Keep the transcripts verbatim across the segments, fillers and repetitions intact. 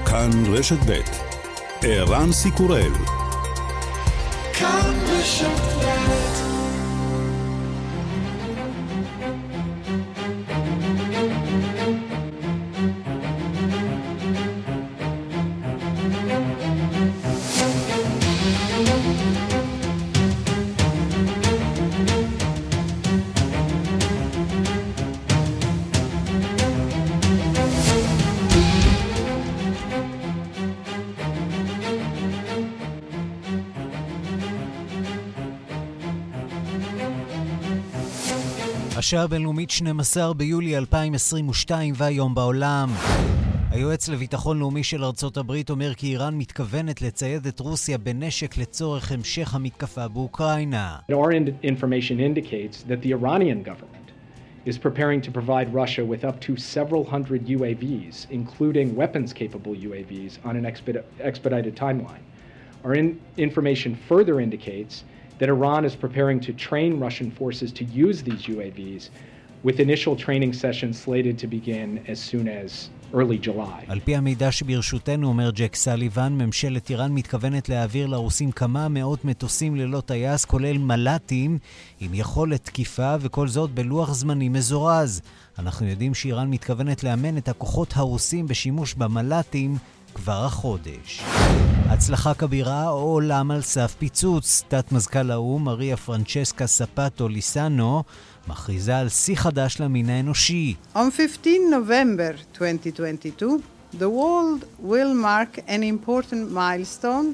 כאן רשת ב' ערן סיקורל. כאן רשת ב'. השעה הבינלאומית שנים עשר ביולי אלפיים עשרים ושתיים והיום בעולם. היועץ לביטחון לאומי של ארצות הברית אומר כי איראן מתכוונת לצייד את רוסיה בנשק לצורך המשך המתקפה באוקראינה. Our information indicates that the Iranian government is preparing to provide Russia with up to several hundred U A Vs, including weapons-capable U A Vs, on an expedited timeline. Our in- information further indicates that Iran is preparing to train Russian forces to use these U A Vs, with initial training sessions slated to begin as soon as early July. על פי המידע שברשותנו, אומר ג'ק סליבן, ממשלת איראן מתכוונת להעביר לרוסים כמה מאות מטוסים ללא טייס, כולל מל"טים, עם יכולת תקיפה, וכל זאת בלוח זמנים מזורז. אנחנו יודעים שאיראן מתכוונת לאמן את הכוחות הרוסים בשימוש במל"טים כבר החודש. הצלחה כבירה או עולם על סף פיצוץ. תת מזכ"ל האו"ם מריה פרנצ'סקה ספאטו ליסאנו מכריזה על שיא חדש למין האנושי. On fifteenth November twenty twenty-two, the world will mark an important milestone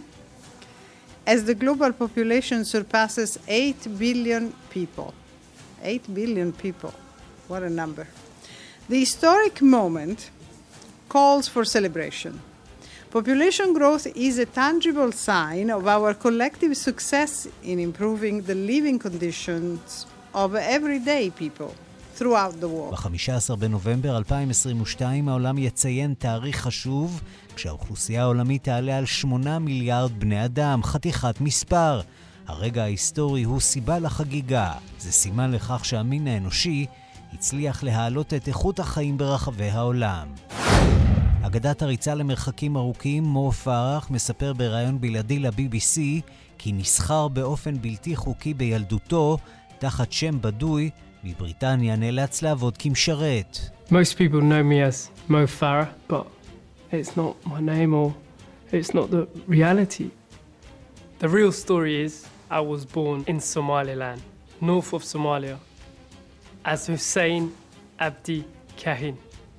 as the global population surpasses eight billion people. eight billion people. What a number. The historic moment calls for celebration. Population growth is a tangible sign of our collective success in improving the living conditions of everyday people throughout the world. ב-חמישה עשר בנובמבר אלפיים עשרים ושתיים העולם יציין תאריך חשוב, כשהאוכלוסייה העולמית תעלה על שמונה מיליארד בני אדם, חתיכת מספר. הרגע ההיסטורי הוא סיבה לחגיגה. זה סימן לכך שהמין האנושי הצליח להעלות את איכות החיים ברחבי העולם. אגדת הריצה למרחקים ארוכים מו פרח מספר בראיון בלעדי ל-בי בי סי כי נסחר באופן בלתי חוקי בילדותו תחת שם בדוי בבריטניה, נאלץ לעבוד כמשרת. Most people know me as Mo Farah, but it's not my name or it's not the reality. The real story is I was born in Somaliland, north of Somalia, as Hussein Abdi Kahin.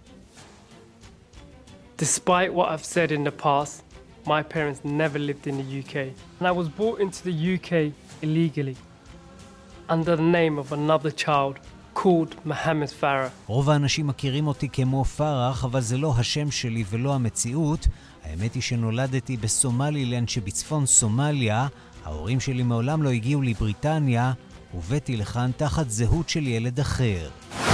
Despite what I've said in the past, my parents never lived in the U K, and I was brought into the U K illegally under the name of another child called Mohammed Farah. רוב האנשים מכירים אותי כמו פרח, אבל זה לא השם שלי ולא המציאות. האמת היא שנולדתי בסומלילנד שבצפון סומליה. ההורים שלי מעולם לא הגיעו לבריטניה, ובאתי לכאן תחת זהות של ילד אחר.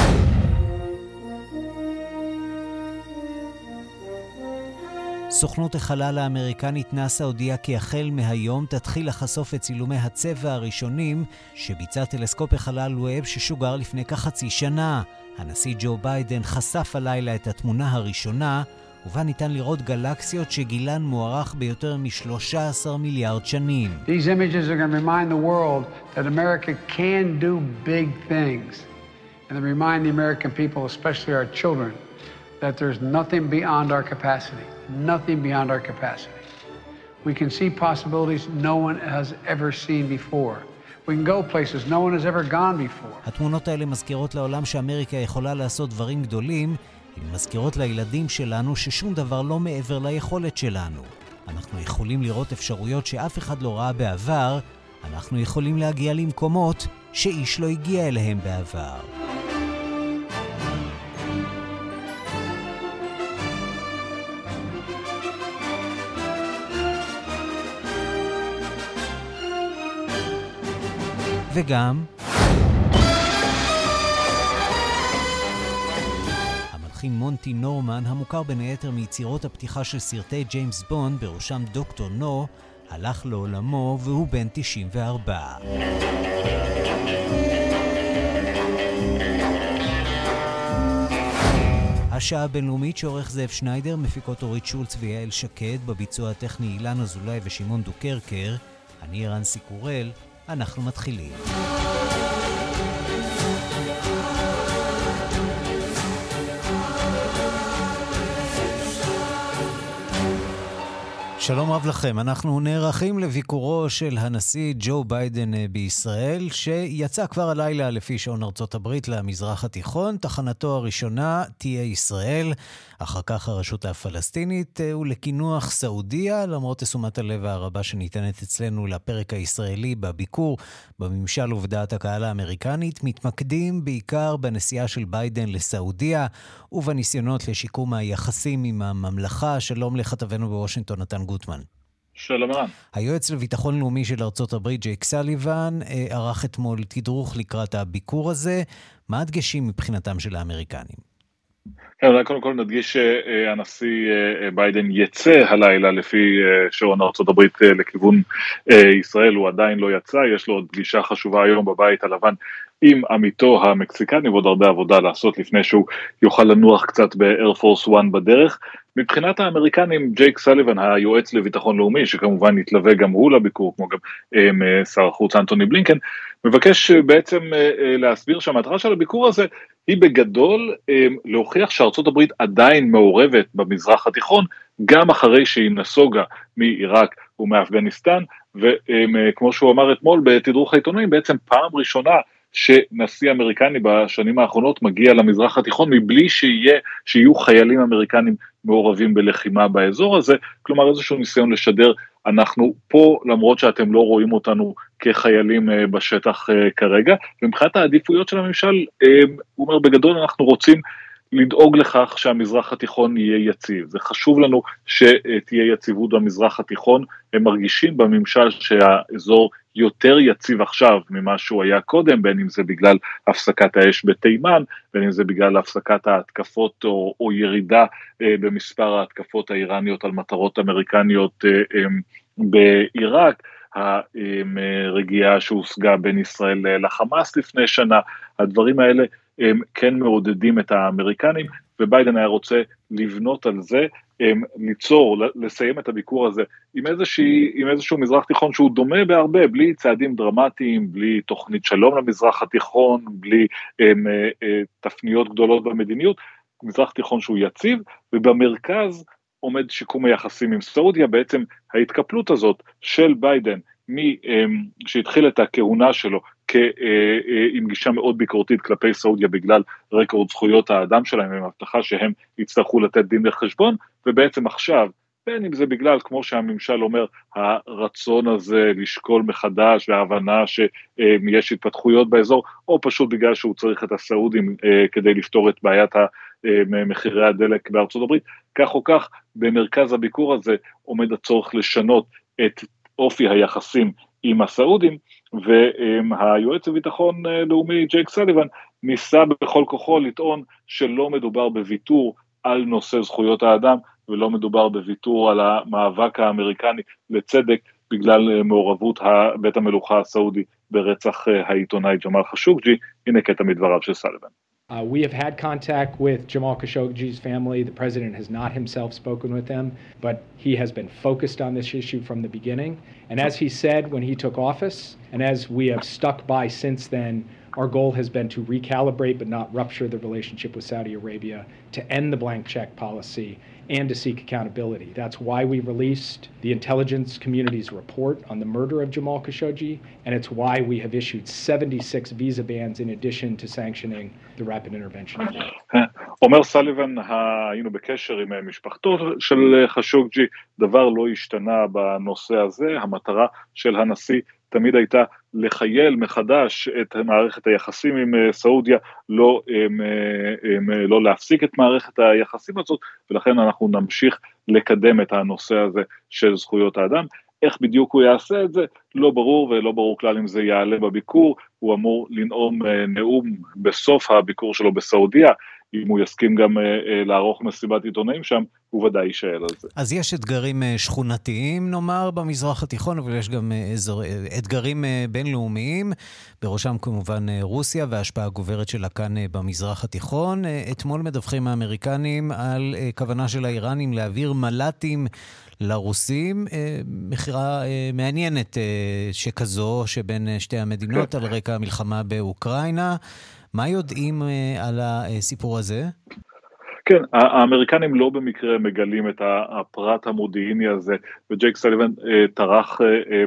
סוכנות החלל האמריקנית נאסא הודיעה כי החל מהיום תתחיל לחשוף את צילומי הצבע הראשונים שביצע טלסקופ החלל ווב ששוגר לפני כחצי שנה. הנשיא ג'ו ביידן חשף הלילה את התמונה הראשונה, ובה ניתן לראות גלקסיות שגילן מוערך ביותר מ-שלושה עשר מיליארד שנים. These images are going to remind the world that America can do big things. And they remind the American people, especially our children, that there's nothing beyond our capacity. Nothing beyond our capacity. We can see possibilities no one has ever seen before. We can go places no one has ever gone before. התמונות האלה מזכירות לעולם שאמריקה יכולה לעשות דברים גדולים, הן מזכירות לילדים שלנו ששום דבר לא מעבר ליכולת שלנו. אנחנו יכולים לראות אפשרויות שאף אחד לא ראה בעבר, אנחנו יכולים להגיע למקומות שאיש לא הגיע אליהם בעבר. וגם המלחין מונטי נורמן, המוכר בין היתר מיצירות הפתיחה של סרטי ג'יימס בונד, בראשם דוקטור נו, הלך לעולמו והוא בן תשעים וארבע. השעה הבינלאומית שעורך זאב שניידר, מפיקות אורית שולץ ויעל שקד, בביצוע הטכני אילן אזולאי ושמעון דוקרקר. אני ערן סיקורל, אנחנו מתחילים. שלום רב לכם, אנחנו נערכים לביקורו של הנשיא ג'ו ביידן בישראל, שיצא כבר הלילה לפי שעון ארצות הברית למזרח התיכון. תחנתו הראשונה תהיה ישראל, אחר כך הרשות הפלסטינית ולקינוח סעודיה, למרות תשומת הלב הרבה שניתנת אצלנו לפרק הישראלי בביקור בממשל ובדעת הקהל האמריקנית. מתמקדים בעיקר בנסיעה של ביידן לסעודיה ובניסיונות לשיקום היחסים עם הממלכה. שלום לכתבנו בוושינגטון נתן גוטמן. שלום רן. היועץ לביטחון לאומי של ארצות הברית ג'ייק סליבן ערך אתמול תדרוך לקראת הביקור הזה. מה הדגשים מבחינתם של האמריקנים? אולי קודם כל נדגיש שהנשיא ביידן יצא הלילה לפי שעון ארצות הברית לכיוון ישראל. הוא עדיין לא יצא, יש לו עוד פגישה חשובה היום בבית הלבן עם עמיתו המקסיקני, ועוד הרבה עבודה לעשות לפני שהוא יוכל לנוח קצת ב-Air Force One בדרך. מבחינת האמריקנים, ג'ייק סליבן, היועץ לביטחון לאומי, שכמובן יתלווה גם הוא לביקור, כמו גם שר החוץ אנטוני בלינקן, מבקש בעצם להסביר שהמטרה של הביקור הזה היא בגדול להוכיח שארצות הברית עדיין מעורבת במזרח התיכון, גם אחרי שהיא נסוגה מעיראק ומאפגניסטן, וכמו שהוא אמר אתמול בתדרוך העיתונאים, בעצם פעם ראשונה שנשיא אמריקני בשנים האחרונות מגיע למזרח התיכון מבלי שיהיה, שיהיו חיילים אמריקנים מעורבים בלחימה באזור הזה, כלומר איזשהו ניסיון לשדר, אנחנו פה למרות שאתם לא רואים אותנו כחיילים בשטח כרגע, ומבחינת העדיפויות של הממשל, הוא אומר בגדול אנחנו רוצים לדאוג לכך שהמזרח התיכון יהיה יציב. זה חשוב לנו שתהיה יציבות במזרח התיכון. הם מרגישים בממשל שהאזור יותר יציב עכשיו ממה שהוא היה קודם, בין אם זה בגלל הפסקת האש בתימן, בין אם זה בגלל הפסקת ההתקפות או, או ירידה אה, במספר ההתקפות האיראניות על מטרות אמריקניות אה, אה, בעיראק, הרגיעה שהושגה בין ישראל לחמאס לפני שנה. הדברים האלה הם כן מעודדים את האמריקנים, וביידן היה רוצה לבנות על זה, ליצור, לסיים את הביקור הזה עם, איזושהי, עם איזשהו מזרח תיכון שהוא דומה בהרבה, בלי צעדים דרמטיים, בלי תוכנית שלום למזרח התיכון, בלי הם, תפניות גדולות במדיניות, מזרח תיכון שהוא יציב, ובמרכז עומד שיקום היחסים עם סעודיה. בעצם ההתקפלות הזאת של ביידן, מי שהתחיל את הכהונה שלו עם גישה מאוד ביקורתית כלפי סעודיה בגלל רקורד זכויות האדם שלהם, עם הבטחה שהם יצטרכו לתת דין לחשבון, ובעצם עכשיו, בין אם זה בגלל, כמו שהממשל אומר, הרצון הזה לשקול מחדש, וההבנה שיש התפתחויות באזור, או פשוט בגלל שהוא צריך את הסעודים כדי לפתור את בעיית מחירי הדלק בארצות הברית, כך או כך, במרכז הביקור הזה עומד הצורך לשנות את אופי היחסים עם הסעודים, והיועץ לביטחון לאומי ג'ייק סליבן ניסה בכל כוחו לטעון שלא מדובר בוויתור על נושא זכויות האדם, ולא מדובר בוויתור על המאבק האמריקני לצדק, בגלל מעורבות בית המלוכה הסעודי ברצח העיתונאי ג'מאל חשוקג'י. הנה קטע מדבריו של סליבן. Uh, we have had contact with Jamal Khashoggi's family. The president has not himself spoken with them, but he has been focused on this issue from the beginning. And as he said when he took office, and as we have stuck by since then, our goal has been to recalibrate but not rupture the relationship with Saudi Arabia, to end the blank check policy, and to seek accountability. That's why we released the intelligence community's report on the murder of Jamal Khashoggi, and it's why we have issued seventy-six visa bans in addition to sanctioning the rapid intervention. אומר סליבן, היינו בקשר עם משפחתו של חשוקג'י, דבר לא השתנה בנושא הזה. המטרה של הנשיא תמיד הייתה לחייל מחדש את מערכת היחסים עם סעודיה, לא, הם, הם, לא להפסיק את מערכת היחסים הזאת, ולכן אנחנו נמשיך לקדם את הנושא הזה של זכויות האדם. איך בדיוק הוא יעשה את זה? לא ברור, ולא ברור כלל אם זה יעלה בביקור. הוא אמור לנאום נאום בסוף הביקור שלו בסעודיה, אם הוא יסכים גם לערוך מסיבת עיתונאים שם, הוא ודאי יישאל על זה. אז יש אתגרים שכונתיים, נאמר, במזרח התיכון, אבל יש גם אזור, אתגרים בינלאומיים, בראשם כמובן רוסיה וההשפעה הגוברת שלה כאן במזרח התיכון. אתמול מדווחים האמריקנים על כוונה של האיראנים להעביר מל"טים לרוסים, מחירה מעניינת שכזו שבין שתי המדינות על רקע המלחמה באוקראינה. מה יודעים על הסיפור הזה? כן, האמריקנים לא במקרה מגלים את הפרט המודיעיני הזה, וג'ייק סאליבן טרח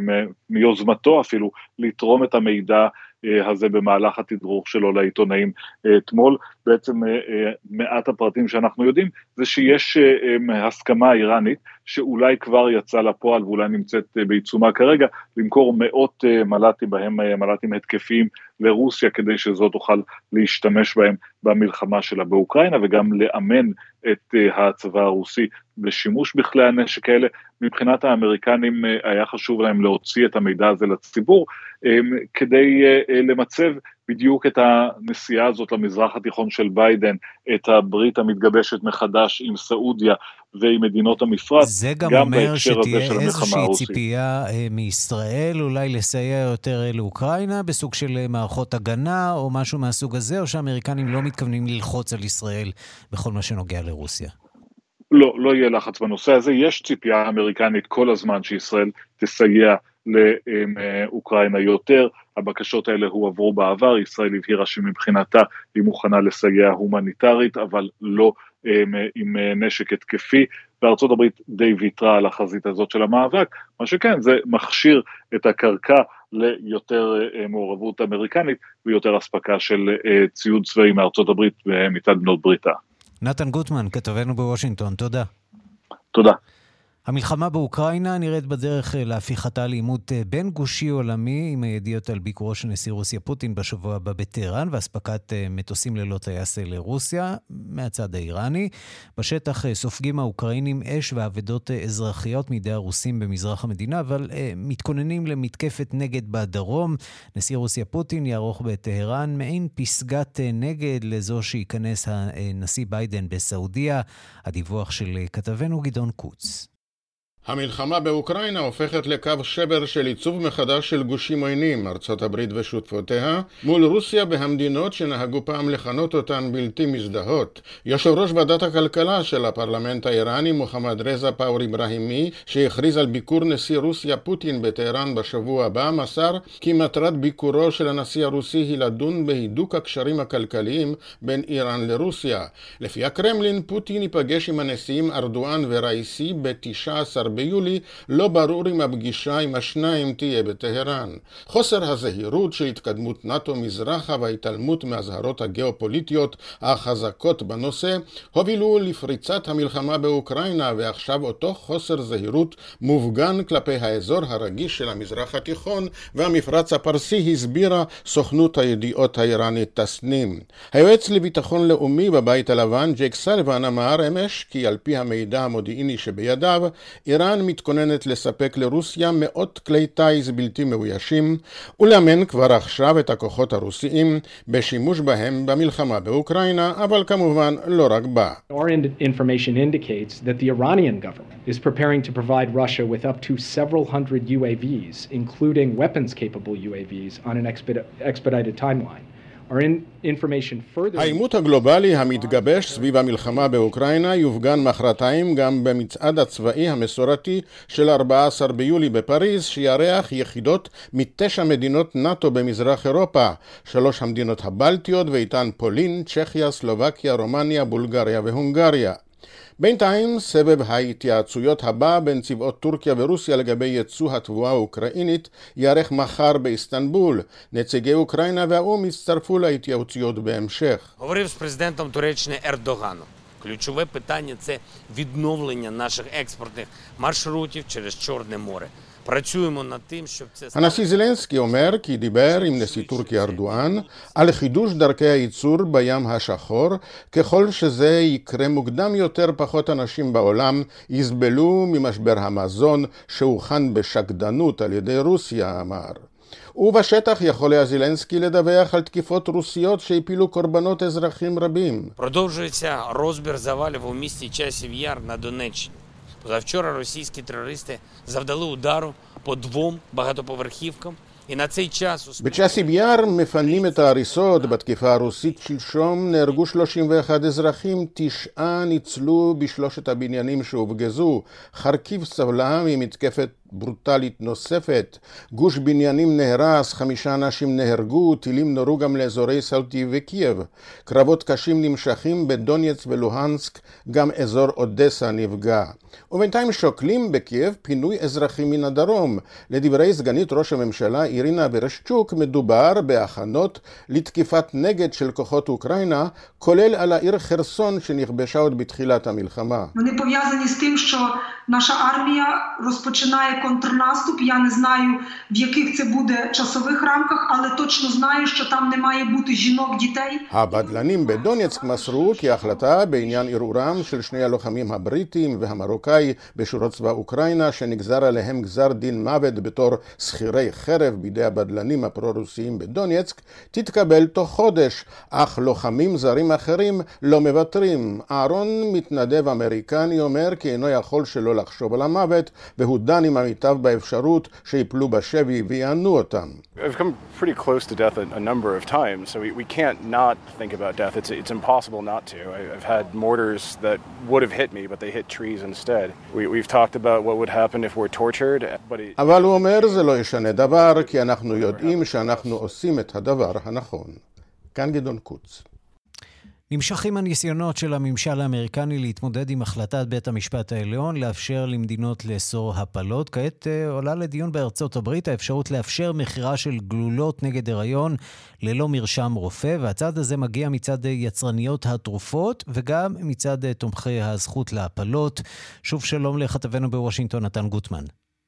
מיוזמתו אפילו לתרום את המידע הזה במהלך התדרוך שלו לעיתונאים אתמול. בעצם מעט הפרטים שאנחנו יודעים זה שיש הסכמה איראנית שאולי כבר יצא לפועל ואולי נמצאת בעיצומה כרגע, למכור מאות מל"טים, בהם מל"טים התקפיים לרוסיה, כדי שזאת תוכל להשתמש בהם במלחמה שלה באוקראינה, וגם לאמן את הצבא הרוסי בשימוש בכלי הנשק האלה. מבחינת האמריקנים היה חשוב להם להוציא את המידע הזה לציבור, כדי למצב בדיוק את הנסיעה הזאת למזרח התיכון של ביידן, את הברית המתגבשת מחדש עם סעודיה ועם מדינות המפרץ. זה גם, גם אומר שתהיה איזושהי ציפייה מישראל, אולי לסייע יותר לאוקראינה, בסוג של מערכות הגנה או משהו מהסוג הזה, או שהאמריקנים לא מתכוונים ללחוץ על ישראל בכל מה שנוגע לרוסיה? לא, לא יהיה לחץ בנושא הזה. יש ציפייה אמריקנית כל הזמן שישראל תסייע לאוקראינה יותר. הבקשות האלה הועברו בעבר, ישראל הבהירה שמבחינתה היא מוכנה לסייע הומניטרית, אבל לא עם נשק התקפי, וארצות הברית די ויתרה על החזית הזאת של המאבק. מה שכן, זה מכשיר את הקרקע ליותר מעורבות אמריקנית, ויותר הספקה של ציוד צבאי מארצות הברית מצד בנות בריתה. נתן גוטמן, כתבנו בוושינגטון, תודה. תודה. המלחמה באוקראינה נראית בדרך להפיכתה לעימות בין גושי עולמי, עם הידיעות על ביקורו של נשיא רוסיה פוטין בשבוע הבא בטהרן, והספקת מטוסים ללא טייס לרוסיה מהצד האיראני. בשטח סופגים האוקראינים אש ועבדות אזרחיות מידי הרוסים במזרח המדינה, אבל מתכוננים למתקפת נגד בדרום. נשיא רוסיה פוטין יערוך בטהרן מעין פסגת נגד לזו שייכנס הנשיא ביידן בסעודיה. הדיווח של כתבנו גדעון קוץ. המלחמה באוקראינה הופכת לקו שבר של עיצוב מחדש של גושים עוינים, ארצות הברית ושותפותיה, מול רוסיה והמדינות שנהגו פעם לכנות אותן בלתי מזדהות. יושב ראש ועדת הכלכלה של הפרלמנט האיראני, מוחמד רזה פאור איברהימי, שהכריז על ביקור נשיא רוסיה פוטין בטהרן בשבוע הבא, מסר כי מטרת ביקורו של הנשיא הרוסי היא לדון בהידוק הקשרים הכלכליים בין איראן לרוסיה. לפי הקרמלין, פוטין ייפגש עם הנשיאים ארדואן וראיסי ב-תשעה עשר ביולי, לא ברור אם הפגישה עם השניים תהיה בטהרן. חוסר הזהירות של התקדמות נאטו מזרחה וההתעלמות מהזהרות הגיאופוליטיות החזקות בנושא הובילו לפריצת המלחמה באוקראינה, ועכשיו אותו חוסר זהירות מופגן כלפי האזור הרגיש של המזרח התיכון והמפרץ הפרסי, הסבירה סוכנות הידיעות האיראנית תסנים. היועץ לביטחון לאומי בבית הלבן ג'ייק סאליבן אמר אמש כי על פי המידע המודיעיני שבידיו, איראן מתכוננת לספק לרוסיה מאות כלי טייס בלתי מאוישים, ולאמן כבר עכשיו את הכוחות הרוסיים בשימוש בהם במלחמה באוקראינה, אבל כמובן לא רק בה. Our information indicates that the Iranian government is preparing to provide Russia with up to several hundred U A Vs, including weapons-capable U A Vs, on an expedited timeline. העימות הגלובלי המתגבש סביב המלחמה באוקראינה יופגן מחרתיים גם במצעד הצבאי המסורתי של ארבעה עשר ביולי בפריז, שיארח יחידות מתשע מדינות נאטו במזרח אירופה, שלוש המדינות הבלטיות ואיתן פולין, צ'כיה, סלובקיה, רומניה, בולגריה והונגריה. בינתיים סבב ההתייעצויות הבא בין צבאות טורקיה ורוסיה לגבי ייצוא התבואה האוקראינית יערך מחר באיסטנבול. נציגי אוקראינה והאו"ם הצטרפו להתייעצויות בהמשך. Говорив з президентом Туреччини Ердоганом. Ключове питання – це відновлення наших експортних маршрутів через Чорне море. הנשיא זלנסקי אומר כי דיבר עם נשיא טורקיה ארדואן על חידוש דרכי הייצור בים השחור, ככל שזה יקרה מוקדם יותר פחות אנשים בעולם יסבלו ממשבר המזון שהוכן בשקדנות על ידי רוסיה, אמר. ובשטח יכול היה זלנסקי לדווח על תקיפות רוסיות שהפילו קורבנות אזרחים רבים. Продовжується розбір завалів у місті Часів Яр на Донеччині. Позавчора російські терористи завдали удару по двом багатоповерхівкам. בצ'אסיב יאר מפנים את ההריסות. בתקיפה הרוסית שלשום נהרגו שלושים ואחד אזרחים, תשעה ניצלו בשלושת הבניינים שהופגזו. חרקיב סבלה ממתקפת ברוטלית נוספת. גוש בניינים נהרס, חמישה אנשים נהרגו, טילים נורו גם לאזורי סלטי וקייב. קרבות קשים נמשכים בדונייץ ולוהנסק, גם אזור אודסה נפגע. ובינתיים שוקלים בקייב פינוי אזרחים מן הדרום. לדברי סגנית ראש הממשלה אירינה ברשצ'וק, מדובר בהכנות לתקיפת נגד של כוחות אוקראינה, כולל על העיר חרסון שנכבשה עוד בתחילת המלחמה. Вони пов'язані з тим, що наша армія розпочинає контрнаступ. Я не знаю, в яких це буде часових рамках, але точно знаю, що там не має бути жінок, дітей. הבדלנים בדונייצק מסרו כי ההחלטה בעניין ערעורם של שני הלוחמים הבריטים והמרוקאי בשורות צבא אוקראינה שנגזר עליהם גזר דין מוות בתור שכירי חרב בידי הבדלנים הפרו-רוסיים בדונייצק תתקבל תוך חודש, אך לוחמים זרים אחרים לא מוותרים. אהרון, מתנדב אמריקני, אומר כי אינו יכול שלא לחשוב על המוות והוא דן עם עמיתיו באפשרות שיפלו בשבי ויענו אותם. I've come pretty close to death a, a number of times, so we, we can't not think about death. It's, it's impossible not to. I, I've had mortars that would have hit me, but they hit trees instead. We, we've talked about what would happen if we're tortured, but it... אבל הוא אומר זה לא ישנה דבר, כי אנחנו יודעים שאנחנו עושים את הדבר הנכון. כאן גדעון קוץ. נמשכים הניסיונות של הממשל האמריקני להתמודד עם החלטת בית המשפט העליון לאפשר למדינות לאסור הפלות. כעת עולה לדיון בארצות הברית האפשרות לאפשר מחירה של גלולות נגד הריון ללא מרשם רופא, והצד הזה מגיע מצד יצרניות התרופות וגם מצד תומכי הזכות להפלות. שוב שלום לכתבנו בוושינגטון נתן גוטמן.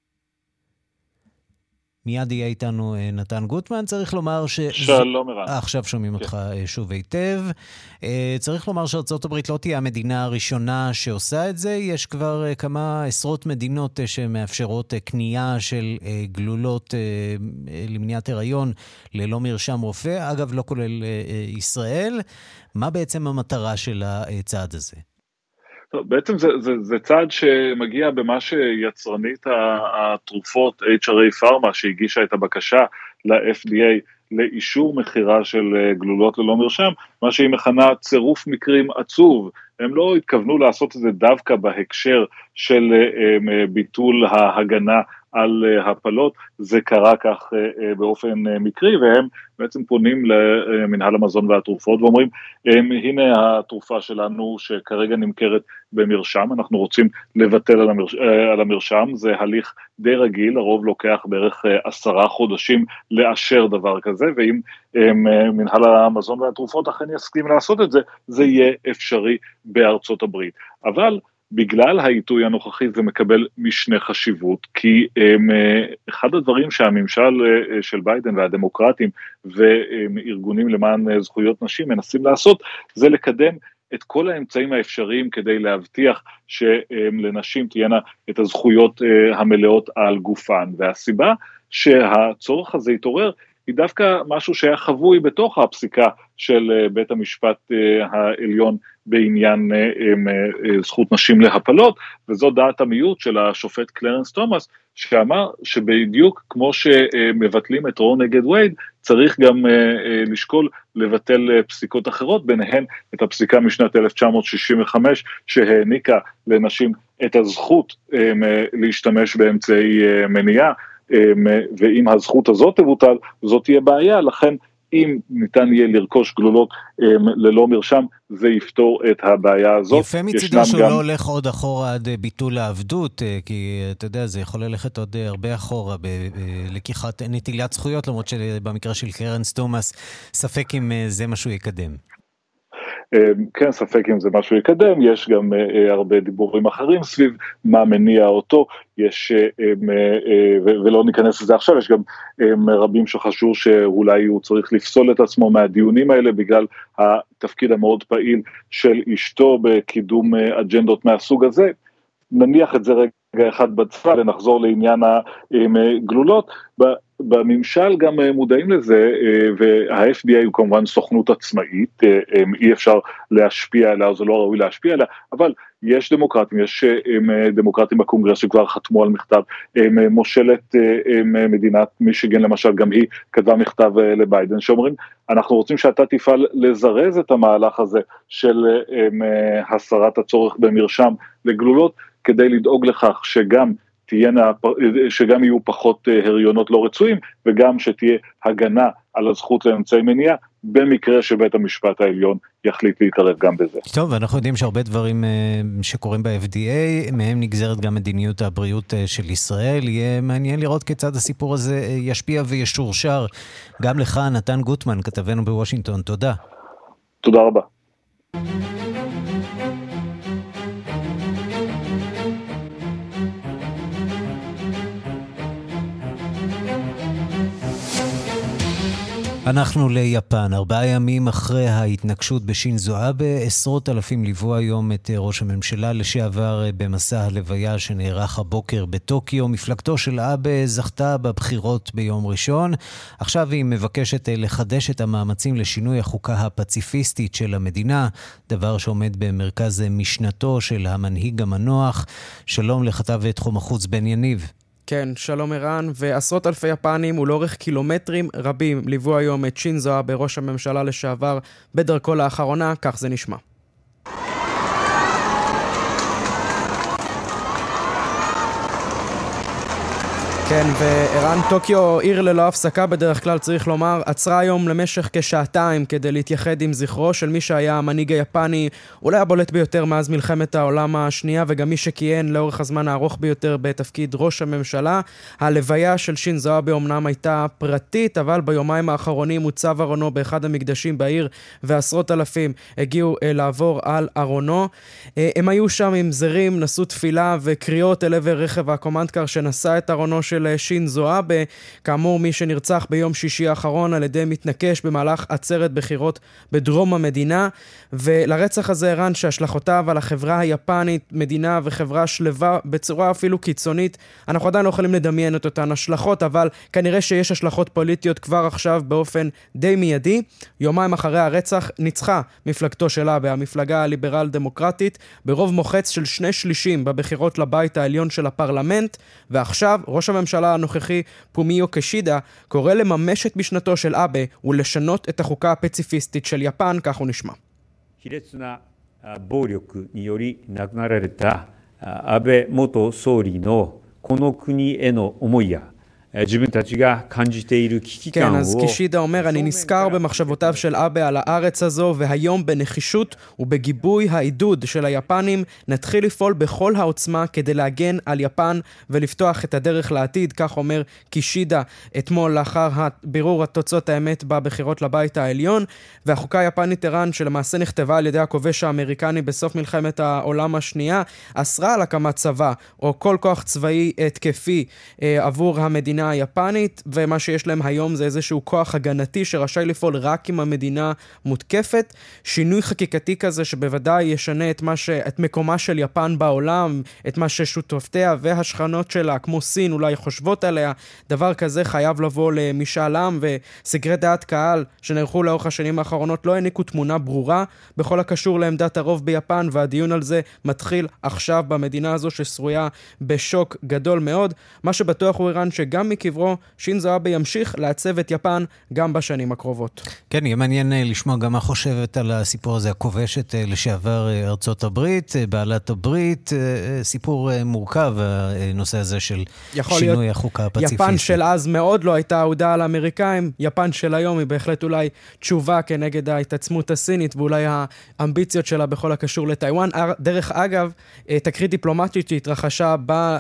מיד יהיה איתנו נתן גוטמן. צריך לומר ש... שלום ערן. עכשיו שומעים אותך שוב היטב. צריך לומר שארצות הברית לא תהיה המדינה הראשונה שעושה את זה. יש כבר כמה עשרות מדינות שמאפשרות קנייה של גלולות למניעת הריון ללא מרשם רופא. אגב, לא כולל ישראל. מה בעצם המטרה של הצעד הזה? טוב, בעצם זה, זה, זה צעד שמגיע במה שיצרנית התרופות אייץ' אר איי פארמה שהגישה את הבקשה ל-אף די איי לאישור מחירה של גלולות ללא מרשם, מה שהיא מכנה צירוף מקרים עצוב. הם לא התכוונו לעשות את זה דווקא בהקשר של ביטול ההגנה על הפלות, זה קרה כך באופן מקרי, והם בעצם פונים למנהל המזון והתרופות ואומרים, הנה התרופה שלנו שכרגע נמכרת במרשם, אנחנו רוצים לבטל על, המרש... על המרשם, זה הליך די רגיל, הרוב לוקח בערך עשרה חודשים לאשר דבר כזה, ואם מנהל המזון והתרופות אכן יסכים לעשות את זה, זה יהיה אפשרי בארצות הברית. אבל בגלל העיתוי הנוכחי זה מקבל משנה חשיבות, כי um, אחד הדברים שהממשל uh, של ביידן והדמוקרטים וארגונים למען זכויות נשים מנסים לעשות, זה לקדם את כל האמצעים האפשריים כדי להבטיח שלנשים תהיינה את הזכויות uh, המלאות על גופן, והסיבה שהצורך הזה יתעורר, היא דווקא משהו שהיה חבוי בתוך הפסיקה של בית המשפט העליון בעניין זכות נשים להפלות, וזו דעת המיעוט של השופט קלרנס תומאס, שאמר שבדיוק כמו שמבטלים את רו נגד וייד, צריך גם לשקול לבטל פסיקות אחרות, ביניהן את הפסיקה משנת אלף תשע מאות שישים וחמש, שהעניקה לנשים את הזכות להשתמש באמצעי מניעה, ואם הזכות הזאת תבוטל, זאת תהיה בעיה, לכן אם ניתן יהיה לרכוש גלולות ללא מרשם, זה יפתור את הבעיה הזאת. יפה מצידו שהוא גם... לא הולך עוד אחורה עד ביטול העבדות, כי אתה יודע, זה יכול ללכת עוד הרבה אחורה בלקיחת נטילת זכויות, למרות שבמקרה של קלרנס תומאס, ספק אם זה משהו יקדם. כן, ספק אם זה משהו יקדם, יש גם הרבה דיבורים אחרים סביב מה מניע אותו, יש, ולא ניכנס לזה עכשיו, יש גם רבים שחשבו שאולי הוא צריך לפסול את עצמו מהדיונים האלה, בגלל התפקיד המאוד פעיל של אשתו בקידום אג'נדות מהסוג הזה. נניח את זה רגע אחד בצפת, ונחזור לעניין הגלולות. בממשל גם מודעים לזה, וה-אף די איי הוא כמובן סוכנות עצמאית, אי אפשר להשפיע עליה, זה לא ראוי להשפיע עליה, אבל יש דמוקרטים, יש דמוקרטים בקונגרס שכבר חתמו על מכתב, מושלת מדינת מישיגן למשל, גם היא כתבה מכתב לביידן, שאומרים, אנחנו רוצים שאתה תפעל לזרז את המהלך הזה של הסרת הצורך במרשם לגלולות, כדי לדאוג לכך שגם תהיינה, שגם יהיו פחות הריונות לא רצויים, וגם שתהיה הגנה על הזכות לאמצעי מניעה, במקרה שבית המשפט העליון יחליט להתערב גם בזה. טוב, אנחנו יודעים שהרבה דברים שקורים ב-אף די איי, מהם נגזרת גם מדיניות הבריאות של ישראל. יהיה מעניין לראות כיצד הסיפור הזה ישפיע וישורשר. גם לך, נתן גוטמן, כתבנו בוושינגטון. תודה. תודה רבה. אנחנו ליפן. ארבעה ימים אחרי ההתנגשות בשינזו אבה, עשרות אלפים ליוו היום את ראש הממשלה לשעבר במסע הלוויה שנערך הבוקר בטוקיו. מפלגתו של אבה זכתה בבחירות ביום ראשון. עכשיו היא מבקשת לחדש את המאמצים לשינוי החוקה הפציפיסטית של המדינה, דבר שעומד במרכז משנתו של המנהיג המנוח. שלום לכתב תחום החוץ בן יניב. כן, שלום ערן, ועשרות אלפי יפנים ולאורך קילומטרים רבים ליוו היום את שינזו אבה, ראש הממשלה לשעבר, בדרכו לאחרונה, כך זה נשמע. כן, וערן, טוקיו, עיר ללא הפסקה בדרך כלל צריך לומר, עצרה היום למשך כשעתיים כדי להתייחד עם זכרו של מי שהיה המנהיג היפני, אולי הבולט ביותר מאז מלחמת העולם השנייה, וגם מי שכיהן לאורך הזמן הארוך ביותר בתפקיד ראש הממשלה. הלוויה של שינזו אבה אומנם הייתה פרטית, אבל ביומיים האחרונים הוצב ארונו באחד המקדשים בעיר, ועשרות אלפים הגיעו לעבור על ארונו. הם היו שם עם זרים, נשאו תפילה וקריאות אל עבר רכב הקומנדקר שנשא את ארונו של של שינזו אבה, כאמור מי שנרצח ביום שישי האחרון על ידי מתנקש במהלך עצרת בחירות בדרום המדינה, ולרצח הזה ערן שהשלכותיו על החברה היפנית, מדינה וחברה שלווה בצורה אפילו קיצונית, אנחנו עדיין לא יכולים לדמיין את אותן השלכות, אבל כנראה שיש השלכות פוליטיות כבר עכשיו באופן די מיידי. יומיים אחרי הרצח ניצחה מפלגתו של אבה, המפלגה הליברל דמוקרטית, ברוב מוחץ של שני שלישים בבחירות לבית העליון של הפרלמנט, ועכשיו ראש הממשלה הנוכחי פומיו קישידה קורא לממש את משנתו של אבה ולשנות את החוקה הפציפיסטית של יפן, כך הוא נשמע. 卑劣な暴力により亡くなられた安倍元総理のこの国への思いや自分たちが感じている危機感を כן, אז קישידה אומר, אני נזכר במחשבותיו של אבה על הארץ הזו, והיום בנחישות ובגיבוי העידוד של היפנים נתחיל לפעול בכל העוצמה כדי להגן על יפן ולפתוח את הדרך לעתיד, כך אומר קישידה אתמול לאחר בירור התוצאות האמת בבחירות לבית העליון. והחוקה היפנית איראן, שלמעשה נכתבה על ידי הכובש האמריקני בסוף מלחמת העולם השנייה, אסרה על הקמת צבא או כל כוח צבאי התקפי אה, עבור המדינה היפנית, ומה שיש להם היום זה איזשהו כוח הגנתי שרשאי לפעול רק אם המדינה מותקפת. שינוי חקיקתי כזה שבוודאי ישנה את, מה ש... את מקומה של יפן בעולם, את מה ששותפותיה והשכנות שלה כמו סין אולי חושבות עליה, דבר כזה חייב לבוא למשאל עם, וסקרי דעת קהל שנערכו לאורך השנים האחרונות לא העניקו תמונה ברורה בכל הקשור לעמדת הרוב ביפן, והדיון על זה מתחיל עכשיו במדינה הזו ששרויה בשוק גדול מאוד. מה שבטוח הוא איראן שגם מקברו שינזו אבה ימשיך לעצב את יפן גם בשנים הקרובות. כן, יהיה מעניין לשמוע גם מה חושבת על הסיפור הזה הכובשת לשעבר ארצות הברית, בעלת הברית, סיפור מורכב הנושא הזה של שינוי החוקה הפציפיסטית. יפן של אז מאוד לא הייתה אהודה על האמריקאים, יפן של היום היא בהחלט אולי תשובה כנגד ההתעצמות הסינית ואולי האמביציות שלה בכל הקשור לטיואן. דרך אגב, תקרית דיפלומטית שהתרחשה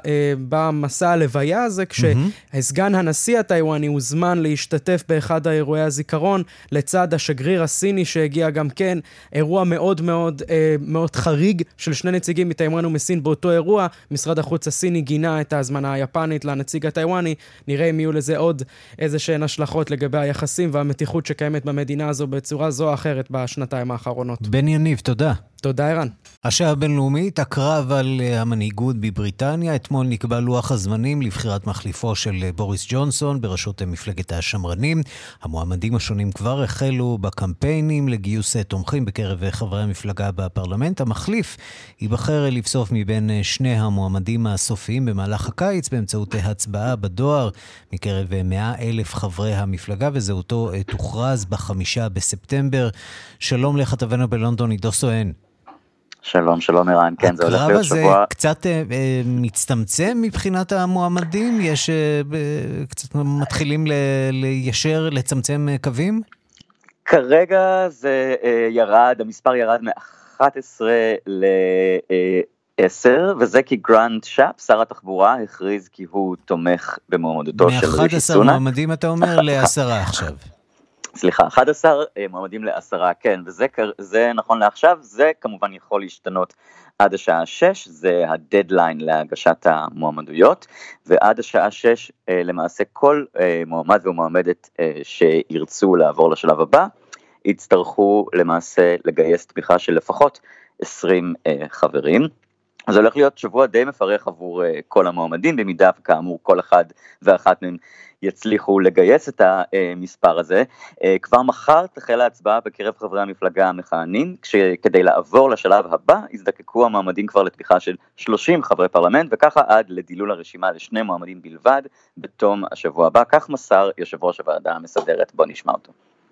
במסע הלוויה הזה, כשסגן הנשיא הטיואני הוזמן להשתתף באחד האירועי הזיכרון לצד השגריר הסיני שהגיע גם כן, אירוע מאוד מאוד מאוד חריג של שני נציגים מטיואן ומסין באותו אירוע. משרד החוץ הסיני גינה את ההזמנה היפנית לנציג הטיואני. נראה אם יהיו לזה עוד איזה שהן השלכות לגבי היחסים והמתיחות שקיימת במדינה הזו בצורה זו או אחרת בשנתיים האחרונות. בן יניב, תודה. תודה ערן. השעה הבינלאומית, הקרב על המנהיגות בבריטניה. אתמול נקבע לוח הזמנים לבחירת מחליפו של בוריס ג'ונסון בראשות מפלגת השמרנים. המועמדים השונים כבר החלו בקמפיינים לגיוס תומכים בקרב חברי המפלגה בפרלמנט. המחליף ייבחר לבסוף מבין שני המועמדים הסופיים במהלך הקיץ באמצעות הצבעה בדואר מקרב מאה אלף חברי המפלגה, וזהותו תוכרז בחמישה בספטמבר. שלום לכתבנו בלונדון עידו סואן. שלום, שלום ערן, כן, זה הולך להיות שבוע... הקרב הזה קצת אה, אה, מצטמצם מבחינת המועמדים? יש, אה, אה, קצת מתחילים ל, ליישר, לצמצם אה, קווים? כרגע זה אה, ירד, המספר ירד מ-אחת עשרה ל-עשר, וזה כי גרנט שפ, שר התחבורה, הכריז כי הוא תומך במועמדותו של רישי סונאק. מ-אחד עשר מועמדים אתה אומר לעשרה עכשיו. סליחה, אחד עשר מועמדים לעשרה, כן, וזה זה נכון לעכשיו, זה כמובן יכול להשתנות עד השעה שש, זה הדדליין להגשת המועמדויות, ועד השעה שש למעשה כל מועמד ומועמדת שירצו לעבור לשלב הבא, יצטרכו למעשה לגייס תמיכה של לפחות עשרים חברים. זה הולך להיות שבוע די מפרך עבור כל המועמדים, במידה וכאמור כל אחד ואחת מהם יצליחו לגייס את המספר הזה. כבר מחר תחל ההצבעה בקרב חברי המפלגה המכהנים, כדי לעבור לשלב הבא יזדקקו המועמדים כבר לתמיכה של שלושים חברי פרלמנט, וככה עד לדילול הרשימה לשני מועמדים בלבד בתום השבוע הבא. כך מסר יושב ראש הוועדה המסדרת, בוא נשמע אותו.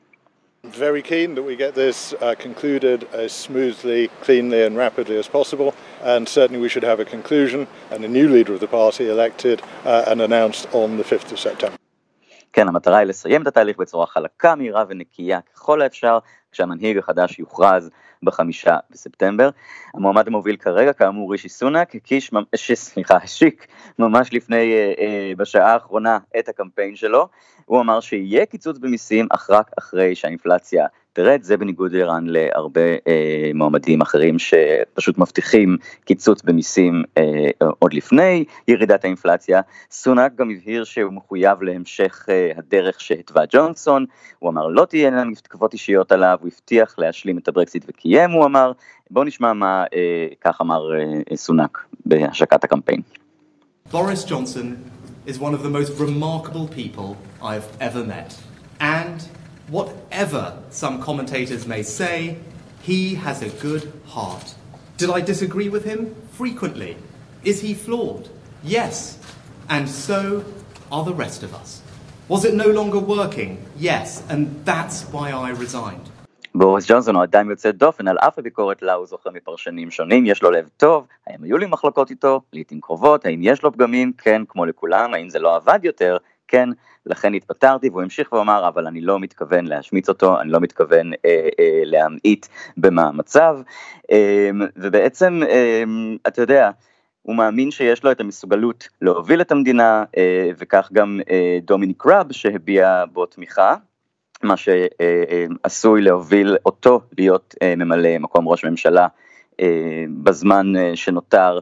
Very keen that we get this uh, concluded as smoothly, cleanly and rapidly as possible, and certainly we should have a conclusion and a new leader of the party elected uh, and announced on the fifth of September. כן, המטרה היא לסיים את התהליך בצורה חלקה, מהירה ונקייה ככל האפשר, כשהמנהיג החדש יוכרז בחמישה בספטמבר. המועמד המוביל כרגע, כאמור רישי סונאק, הקיש, סליחה, השיק ממש לפני, אה, בשעה האחרונה את הקמפיין שלו. הוא אמר שיהיה קיצוץ במיסים, אך רק אחרי שהאינפלציה תרד. זה בניגוד לאיראן להרבה אה, מועמדים אחרים שפשוט מבטיחים קיצוץ במיסים אה, עוד לפני ירידת האינפלציה. סונאק גם הבהיר שהוא מחויב להמשך אה, הדרך שהתווה ג'ונסון. הוא אמר לא תהיה לנו מתקפות אישיות עליו, הוא הבטיח להשלים את הברקסיט וקיים, הוא אמר. בואו נשמע מה אה, כך אמר אה, סונאק בהשקת הקמפיין. Boris Johnson is one of the most remarkable people I've ever met. And whatever some commentators may say, he has a good heart. Did I disagree with him? Frequently. Is he flawed? Yes. And so are the rest of us. Was it no longer working? Yes. And that's why I resigned. בוריס ג'ונסון הוא עדיין יוצא דופן, על אף הביקורת לה הוא זוכה מפרשנים שונים. יש לו לב טוב, האם היו לי מחלוקות איתו? לעתים קרובות. האם יש לו פגמים? כן, כמו לכולם. האם זה לא עבד יותר? כן, לכן התפטרתי. והוא המשיך ואמר, אבל אני לא מתכוון להשמיץ אותו, אני לא מתכוון אה, אה, להמעיט במאמציו. אה, ובעצם, אה, אתה יודע, הוא מאמין שיש לו את המסוגלות להוביל את המדינה, אה, וכך גם אה, דומיניק ראב שהביע בו תמיכה, מה שעשוי להוביל אותו להיות ממלא מקום ראש ממשלה בזמן שנותר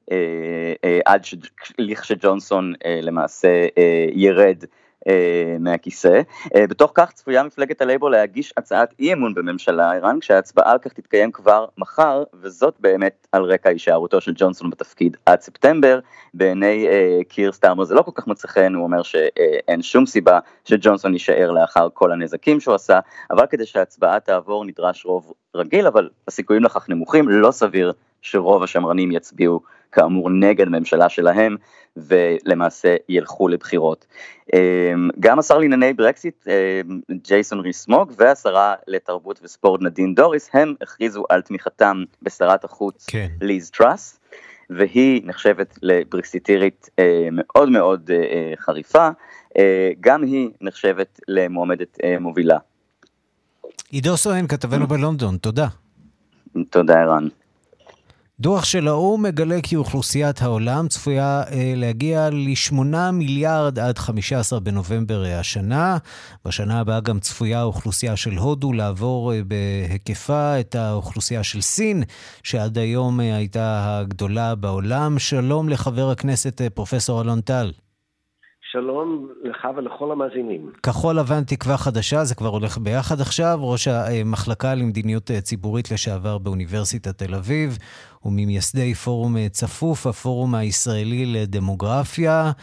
עד שג'ונסון למעשה ירד מהכיסא. בתוך כך צפויה מפלגת הלייבור להגיש הצעת אי אמון בממשלה איראן, כשההצבעה על כך תתקיים כבר מחר, וזאת באמת על רקע הישארותו של ג'ונסון בתפקיד עד ספטמבר. בעיני קיר סטארמר זה לא כל כך מצא חן, הוא אומר שאין שום סיבה שג'ונסון יישאר לאחר כל הנזקים שהוא עשה, אבל כדי שההצבעה תעבור נדרש רוב רגיל, אבל הסיכויים לכך נמוכים. לא סביר שרוב השמרנים יצביעו כאמור נגד ממשלה שלהם, ולמעשה ילכו לבחירות. גם השר לענייני ברקסיט, ג'ייסון ריס-מוג, והשרה לתרבות וספורט נדין דוריס, הם הכריזו על תמיכתם בשרת החוץ כן. ליז טראס, והיא נחשבת לברקסיטירית מאוד מאוד חריפה, גם היא נחשבת למועמדת מובילה. עידו סואן, כתבנו בלונדון, תודה. תודה ערן. דוח של האו"ם מגלה כי אוכלוסיית העולם צפויה אה, להגיע לשמונה מיליארד עד חמישה עשר בנובמבר השנה. בשנה הבאה גם צפויה האוכלוסייה של הודו לעבור אה, בהיקפה את האוכלוסייה של סין, שעד היום אה, הייתה הגדולה בעולם. שלום לחבר הכנסת אה, פרופסור אלון טל. שלום לך ולכל המאזינים. כחול לבן תקווה חדשה, זה כבר הולך ביחד עכשיו, ראש המחלקה למדיניות ציבורית לשעבר באוניברסיטת תל אביב, וממייסדי פורום צפוף, הפורום הישראלי לדמוגרפיה.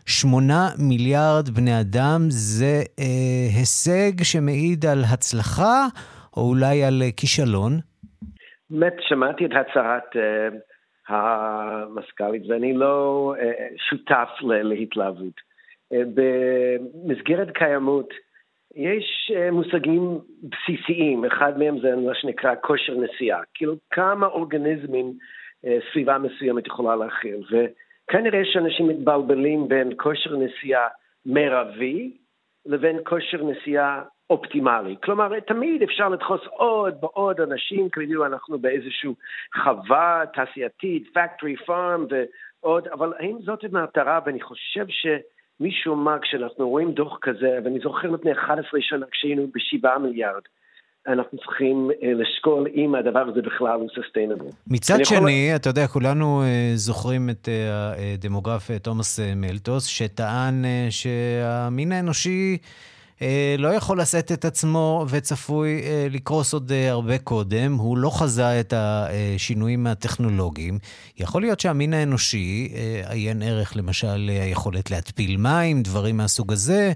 שמונה מיליארד בני אדם, זה אה, הישג שמעיד על הצלחה, או אולי על אה, כישלון? באמת שמעתי את הצהרת אה, המזכ"לית, ואני לא אה, שותף להתלהבות. אה, במסגרת קיימות, יש אה, מושגים בסיסיים, אחד מהם זה מה שנקרא כושר נשיאה, כאילו כמה אורגניזמים אה, סביבה מסוימת יכולה להכיל, וכנראה שאנשים מתבלבלים בין כושר נשיאה מרבי, לבין כושר נשיאה אופטימלי. כלומר, תמיד אפשר לדחוס עוד ועוד אנשים, כאילו אנחנו באיזשהו חווה תעשייתית, factory farm ועוד, אבל האם זאת המטרה? ואני חושב שמישהו מה, כשאנחנו רואים דוח כזה, ואני זוכר לפני אחת עשרה שנה כשהיינו בשבעה מיליארד, אנחנו צריכים לשקול אם הדבר הזה בכלל הוא sustainable. מצד שני, יכול... אתה יודע, כולנו זוכרים את הדמוגרף תומאס מלטוס, שטען שהמין האנושי לא יכול לשאת את עצמו וצפוי לקרוס עוד הרבה קודם. הוא לא חזה את השינויים הטכנולוגיים. יכול להיות שהמין האנושי עיין ערך, למשל היכולת להתפיל מים, דברים מהסוג הזה,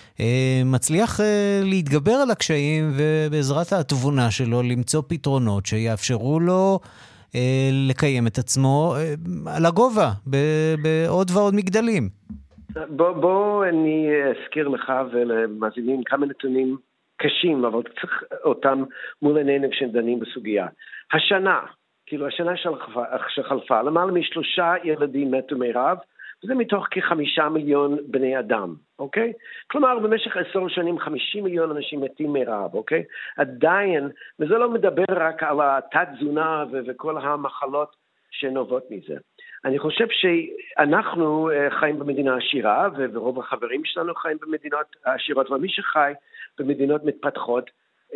מצליח להתגבר על הקשיים, ובעזרת התבונה שלו למצוא פתרונות שיאפשרו לו לקיים את עצמו על הגובה בעוד ועוד מגדלים. בוא, בוא אני אזכיר לך ולמאזינים כמה נתונים קשים, אבל צריך אותם מול עינינו כשדנים בסוגיה. השנה, כאילו השנה שחלפה, למעלה משלושה ילדים מתו מרעב, וזה מתוך כחמישה מיליון בני אדם, אוקיי? כלומר, במשך עשר שנים, חמישים מיליון אנשים מתים מרעב, אוקיי? עדיין, וזה לא מדבר רק על התת-תזונה ו- וכל המחלות שנובעות מזה. אני חושב שאנחנו חיים במדינה עשירה, ורוב החברים שלנו חיים במדינות עשירות, ומי שחי במדינות מתפתחות,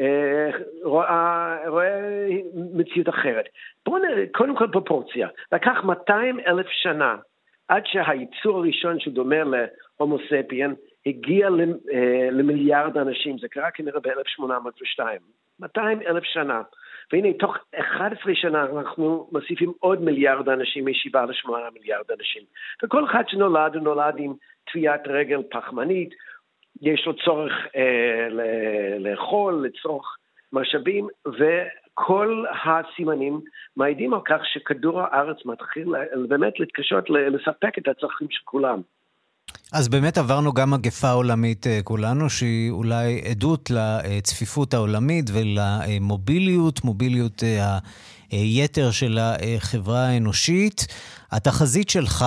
רואה, רואה מציאות אחרת. בואו נראה, קודם כל פרופורציה. לקח מאתיים אלף שנה, עד שהייצור הראשון שדומה להומו ספיאן, הגיע למיליארד אנשים, זה קרה כנראה ב-אלף שמונה מאות ושתיים. מאתיים אלף שנה. והנה, תוך אחת עשרה שנה אנחנו מוסיפים עוד מיליארד אנשים, משבעה לשמונה מיליארד אנשים. וכל אחד שנולד, הוא נולד עם תביעת רגל פחמנית, יש לו צורך אה, לאכול, לצורך משאבים, וכל הסימנים מעידים על כך שכדור הארץ מתחיל באמת להתקשות לספק את הצרכים של כולם. אז באמת עברנו גם מגפה עולמית כולנו, שהיא אולי עדות לצפיפות העולמית ולמוביליות, מוביליות היתר של החברה האנושית. התחזית שלך,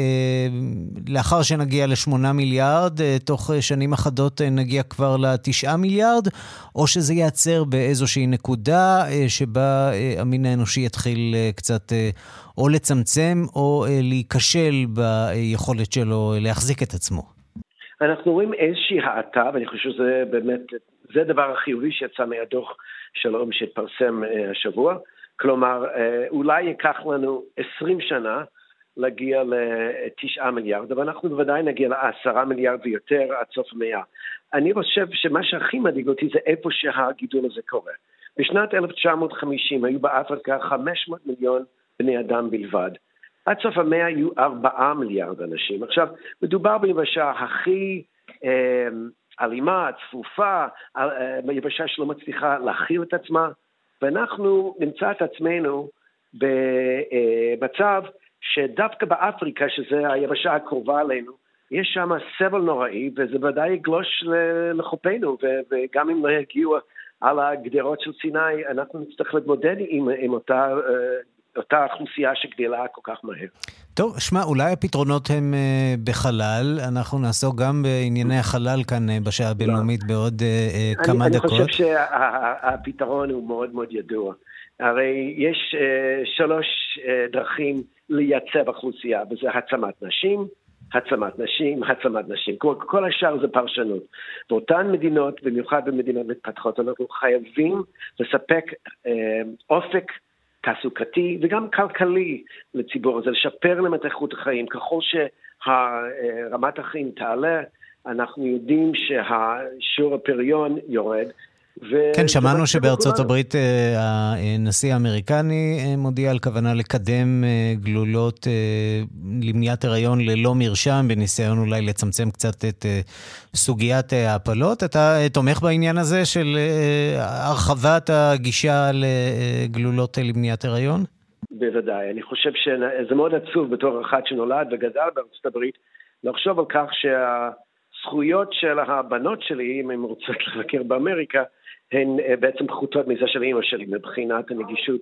לאחר שנגיע לשמונה מיליארד, תוך שנים אחדות נגיע כבר לתשעה מיליארד, או שזה ייעצר באיזושהי נקודה שבה המין האנושי יתחיל קצת או לצמצם או להיכשל ביכולת שלו להחזיק את עצמו? אנחנו רואים איזושהי האטה, ואני חושב שזה באמת, זה הדבר החיובי שיצא מהדוח של האו"ם שהתפרסם השבוע. כלומר, אולי ייקח לנו עשרים שנה להגיע לתשעה מיליארד, אבל אנחנו בוודאי נגיע לעשרה מיליארד ויותר עד סוף המאה. אני חושב שמה שהכי מדאיג אותי זה איפה שהגידול הזה קורה. בשנת אלף תשע מאות וחמישים היו באפריקה חמש מאות מיליון בני אדם בלבד. עד סוף המאה היו ארבעה מיליארד אנשים. עכשיו, מדובר ביבשה הכי אה, אלימה, צפופה, אה, ביבשה שלא מצליחה להכיל את עצמה, ואנחנו נמצא את עצמנו במצב שדווקא באפריקה, שזה היבשה הקרובה עלינו, יש שם סבל נוראי, וזה ודאי יגלוש לחופנו, וגם אם לא יגיעו על הגדרות של סיני, אנחנו נצטרך להתמודד עם, עם אותה, אותה אוכלוסייה שגדלה כל כך מהר. טוב, שמע, אולי הפתרונות הם בחלל, אנחנו נעסוק גם בענייני החלל כאן בשעה הבינלאומית בעוד כמה אני, דקות. אני חושב שהפתרון הוא מאוד מאוד ידוע. הרי יש שלוש דרכים לייצב אוכלוסייה, וזה העצמת נשים, העצמת נשים, העצמת נשים. כל, כל השאר זה פרשנות. באותן מדינות, במיוחד במדינות מתפתחות, אנחנו חייבים לספק אה, אופק תעסוקתי וגם כלכלי לציבור הזה, לשפר להם את איכות החיים. ככל שרמת החיים תעלה, אנחנו יודעים שהשיעור הפריון יורד, כן, שמענו שבארצות הברית הנשיא האמריקני מודיע על כוונה לקדם גלולות למניעת הריון ללא מרשם, בניסיון אולי לצמצם קצת את סוגיית ההפלות. אתה תומך בעניין הזה של הרחבת הגישה לגלולות למניעת הריון? בוודאי. אני חושב שזה מאוד עצוב בתור אחד שנולד וגדל בארצות הברית, לחשוב על כך שהזכויות של הבנות שלי, אם הן רוצות לבקר באמריקה, הן בעצם פחותות מזה של אמא שלי, מבחינת הנגישות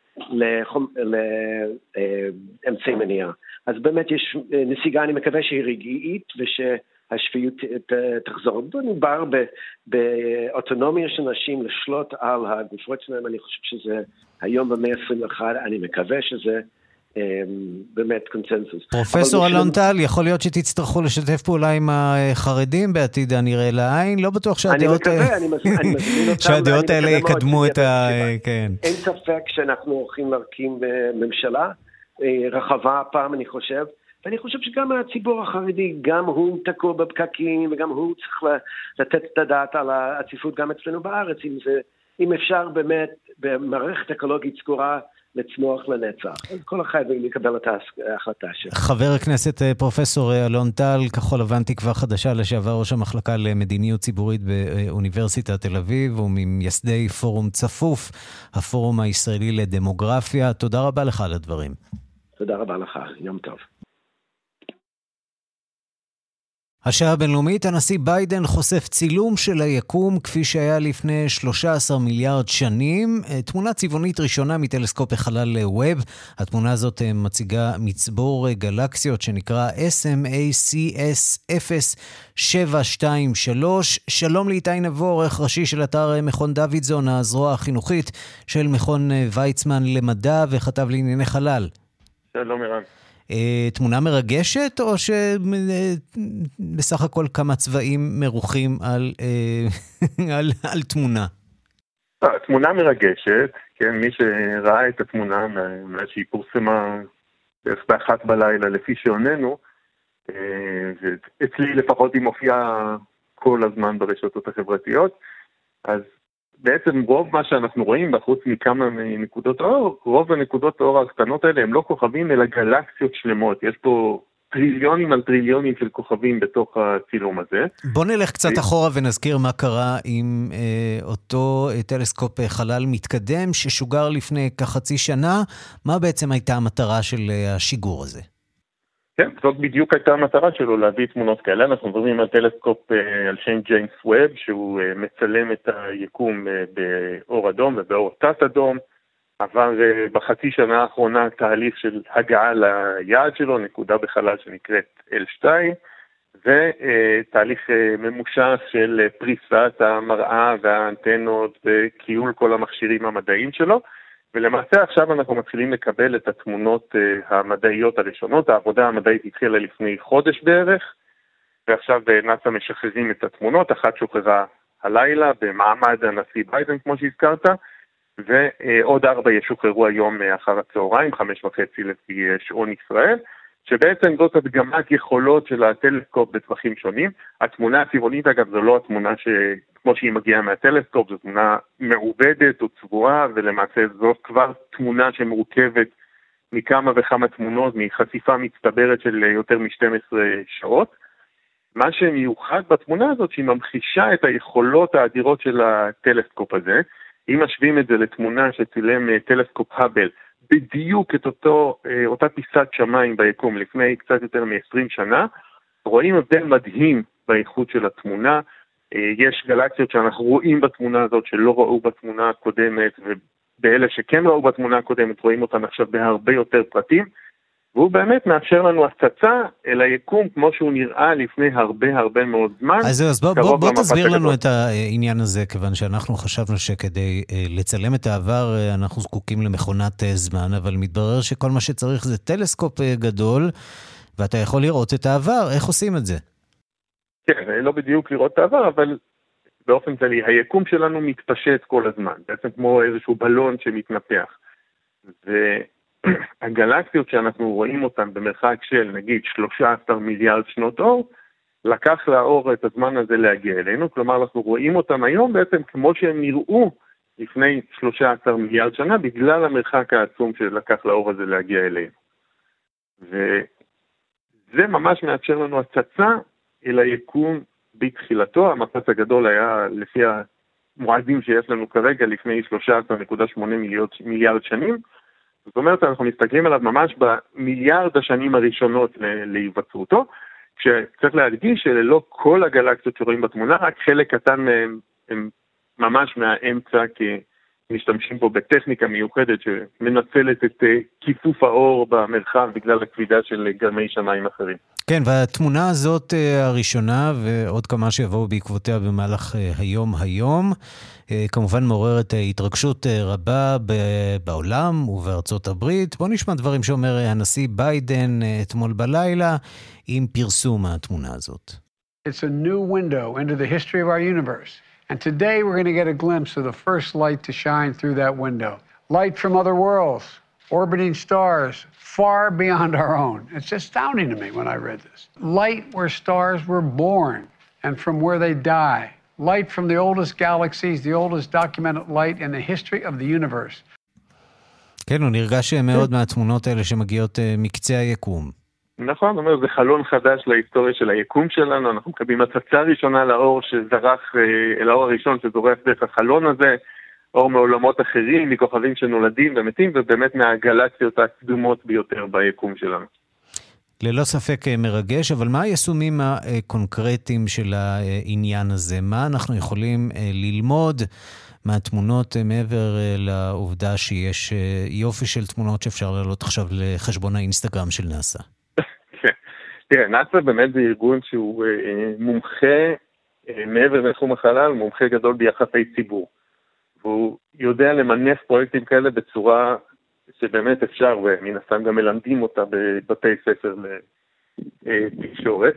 לאמצעי מניעה. אז באמת יש נסיגה, אני מקווה שהיא רגעית, ושהשפיות תחזור. מדובר באוטונומיה של נשים לשלוט על הגופות שלהם, אני חושב שזה היום במאה ה-עשרים ואחת, אני מקווה שזה באמת קונצנזוס. פרופסור אלון טל, יכול להיות שתצטרכו לשתף פעולה עם החרדים בעתיד הנראה לעין, לא בטוח שהדעות שהדעות האלה יקדמו את ה... אין ספק שאנחנו הולכים להקים ממשלה רחבה פעם, אני חושב, ואני חושב שגם הציבור החרדי, גם הוא תקוע בפקקים, וגם הוא צריך לתת את הדעת על העציפות גם אצלנו בארץ, אם אפשר באמת במערכת אקולוגית סגורה לצמוח לנצח. אז כל אחד יקבל את ההחלטה שלו. חבר הכנסת פרופסור אלון טל, כחול לבן תקווה חדשה, לשעבר ראש המחלקה למדיניות ציבורית באוניברסיטת תל אביב, וממייסדי פורום צפוף, הפורום הישראלי לדמוגרפיה. תודה רבה לך על הדברים. תודה רבה לך, יום טוב. השעה הבינלאומית, הנשיא ביידן חושף צילום של היקום כפי שהיה לפני שלושה עשר מיליארד שנים. תמונה צבעונית ראשונה מטלסקופ החלל ווב. התמונה הזאת מציגה מצבור גלקסיות שנקרא אס אם איי סי אס אפס שבע שתיים שלוש. שלום לאיתי נבו, עורך ראשי של אתר מכון דוידזון, הזרוע החינוכית של מכון ויצמן למדע וכתב לענייני חלל. שלום ערן. תמונה מרגשת, או שבסך הכל כמה צבעים מרוחים על, על, על תמונה? תמונה מרגשת, כן, מי שראה את התמונה, מאז שהיא פורסמה בערך באחת בלילה לפי שעוננו, אצלי לפחות היא מופיעה כל הזמן ברשתות החברתיות, אז בעצם רוב מה שאנחנו רואים, בחוץ מכמה נקודות אור, רוב הנקודות האור הקטנות האלה הם לא כוכבים, אלא גלקסיות שלמות. יש פה טריליונים על טריליונים של כוכבים בתוך הצילום הזה. בוא נלך קצת אחורה ונזכיר מה קרה עם אה, אותו טלסקופ חלל מתקדם ששוגר לפני כחצי שנה. מה בעצם הייתה המטרה של השיגור הזה? כן, זאת בדיוק הייתה המטרה שלו, להביא תמונות כאלה. אנחנו מדברים על טלסקופ על שם ג'יימס ווב, שהוא מצלם את היקום באור אדום ובאור תת אדום. עבר בחצי שנה האחרונה תהליך של הגעה ליעד שלו, נקודה בחלל שנקראת אל שתיים, ותהליך ממושך של פריסת המראה והאנטנות וקיול כל המכשירים המדעיים שלו. ולמעשה עכשיו אנחנו מתחילים לקבל את התמונות uh, המדעיות הראשונות. העבודה המדעית התחילה לפני חודש בערך, ועכשיו נאס"א משחררים את התמונות. אחת שוחררה הלילה במעמד הנשיא ביידן, כמו שהזכרת, ועוד ארבע ישוחררו היום אחר הצהריים, חמש וחצי לפי שעון ישראל, שבעצם זאת הדגמת יכולות של הטלסקופ בטווחים שונים. התמונה הצבעונית, אגב, זו לא התמונה שכמו שהיא מגיעה מהטלסקופ, זו תמונה מעובדת או צבועה, ולמעשה זאת כבר תמונה שמורכבת מכמה וכמה תמונות, מחשיפה מצטברת של יותר מ-שתים עשרה שעות. מה שמיוחד בתמונה הזאת, שהיא ממחישה את היכולות האדירות של הטלסקופ הזה. אם משווים את זה לתמונה שצילם טלסקופ האבל, בדיוק את אותו, אותה פיסת שמיים ביקום לפני קצת יותר מ-עשרים שנה, רואים הבדל מדהים באיכות של התמונה. יש גלקסיות שאנחנו רואים בתמונה הזאת שלא ראו בתמונה הקודמת, ובאלה שכן ראו בתמונה הקודמת רואים אותן עכשיו בהרבה יותר פרטים, והוא באמת מאפשר לנו הצצה אל היקום כמו שהוא נראה לפני הרבה הרבה מאוד זמן. אז, אז בוא, בוא, בוא תסביר הגדול. לנו את העניין הזה, כיוון שאנחנו חשבנו שכדי לצלם את העבר אנחנו זקוקים למכונת זמן, אבל מתברר שכל מה שצריך זה טלסקופ גדול, ואתה יכול לראות את העבר. איך עושים את זה? כן, לא בדיוק לראות את העבר, אבל באופן כללי, היקום שלנו מתפשט כל הזמן, בעצם כמו איזשהו בלון שמתנפח. ו... הגלקסיות שאנחנו רואים אותן במרחק של נגיד שלושה עשר מיליארד שנות אור, לקח לאור את הזמן הזה להגיע אלינו, כלומר אנחנו רואים אותם היום בעצם כמו שהם נראו לפני שלושה עשר מיליארד שנה, בגלל המרחק העצום שלקח לאור הזה להגיע אלינו. וזה ממש מאפשר לנו הצצה אל היקום בתחילתו. המפץ הגדול היה לפי המועדים שיש לנו כרגע לפני שלושה עשר נקודה שמונה מיליארד שנים, זאת אומרת אנחנו מסתכלים עליו ממש במיליארד השנים הראשונות להיווצרותו, כשצריך להדגיש שללא כל הגלקסיות שרואים בתמונה, רק חלק קטן מהם הם ממש מהאמצע, כי משתמשים פה בטכניקה מיוחדת שמנצלת את כיפוף האור במרחב בגלל הכבידה של גרמי שמיים אחרים. כן, והתמונה הזאת הראשונה ועוד כמה שיבואו בעקבותיה במהלך היום היום, כמובן מעוררת התרגשות רבה בעולם ובארצות הברית. בוא נשמע דברים שאומר הנשיא ביידן אתמול בלילה עם פרסום התמונה הזאת. It's a new window into the history of our universe. And today we're going to get a glimpse of the first light to shine through that window. Light from other worlds, orbiting stars, far beyond our own. It's astounding to me when I read this. Light where stars were born and from where they die. Light from the oldest galaxies, the oldest documented light in the history of the universe. כן, הוא נרגש מאוד מהתמונות האלה שמגיעות מקצה היקום. נכון, זאת אומרת, זה חלון חדש להיסטוריה של היקום שלנו, אנחנו מקבלים הצצה ראשונה לאור שזרח, אל האור הראשון שזורח דרך החלון הזה, אור מעולמות אחרים, מכוכבים שנולדים ומתים, ובאמת מהגלקסיות הקדומות ביותר ביקום שלנו. ללא ספק מרגש, אבל מה היישומים הקונקרטיים של העניין הזה? מה אנחנו יכולים ללמוד מהתמונות מעבר לעובדה שיש יופי של תמונות שאפשר לעלות עכשיו לחשבון האינסטגרם של נאסא? תראה, נאסא באמת זה ארגון שהוא מומחה מעבר לתחום החלל, מומחה גדול ביחסי ציבור. והוא יודע למנף פרויקטים כאלה בצורה שבאמת אפשר, ומן הסתם גם מלמדים אותה בבתי ספר לתקשורת.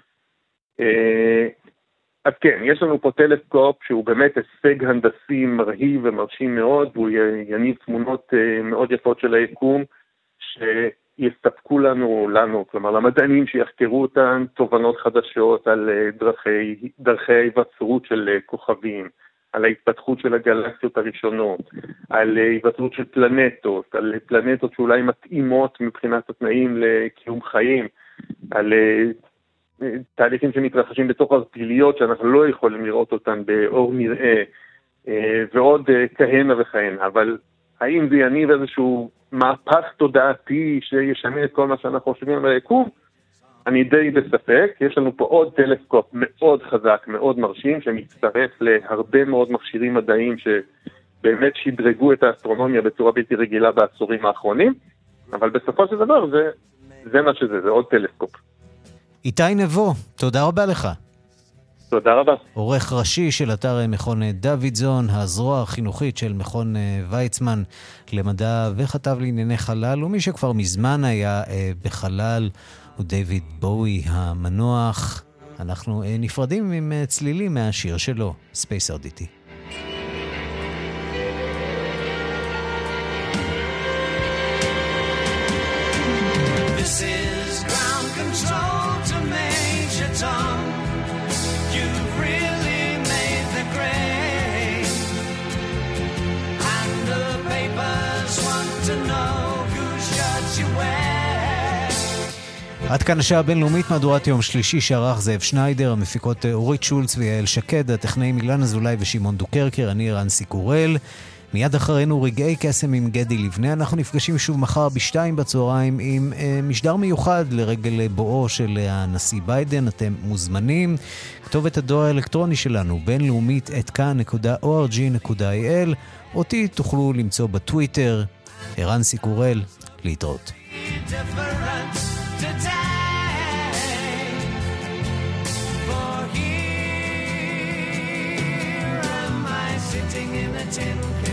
אז כן, יש לנו פה טלסקופ שהוא באמת הישג הנדסי מרהיב ומרשים מאוד, והוא יניב תמונות מאוד יפות של היקום, שיסתפקו לנו, לנו, כלומר למדענים שיחקרו אותן, תובנות חדשות על דרכי, דרכי ההיווצרות של כוכבים, על ההתפתחות של הגלקסיות הראשונות, על היווצרות של פלנטות, על פלנטות שאולי מתאימות מבחינת התנאים לקיום חיים, על תהליכים שמתרחשים בתוך הפליליות שאנחנו לא יכולים לראות אותן באור נראה, ועוד כהנה וכהנה. אבל האם זה יניב איזשהו מהפך תודעתי שישנה את כל מה שאנחנו חושבים על היקום? אני די בספק. יש לנו פה עוד טלסקופ מאוד חזק, מאוד מרשים, שמצטרף להרבה מאוד מכשירים מדעיים שבאמת שדרגו את האסטרונומיה בצורה בלתי רגילה בעשורים האחרונים, אבל בסופו של דבר זה, זה מה שזה, זה עוד טלסקופ. איתי נבו, תודה רבה לך. תודה רבה. עורך ראשי של אתר מכון דוידזון, הזרוע החינוכית של מכון ויצמן למדע וכתב לענייני חלל, ומי שכבר מזמן היה בחלל הוא דיוויד בואי המנוח. אנחנו נפרדים עם צלילים מהשיר שלו, Space Oddity. This is ground control to Major Tom. You've really made the grade. And the papers want to know whose shirts you wear. עד כאן השעה הבינלאומית, מהדורת יום שלישי שערך זאב שניידר, המפיקות אורית שולץ ויעל שקד, הטכנאים אילן אזולאי ושמעון דוקרקר, אני רנסי קורל. מיד אחרינו רגעי קסם עם גדי לבנה. אנחנו נפגשים שוב מחר בשתיים בצהריים עם אה, משדר מיוחד לרגל בואו של הנשיא ביידן. אתם מוזמנים. כתובת הדואר האלקטרוני שלנו בינלאומית את כאן נקודה או אר ג'י נקודה איי אל. אותי תוכלו למצוא בטוויטר. רנסי קורל, להתראות. Sitting in a tin can.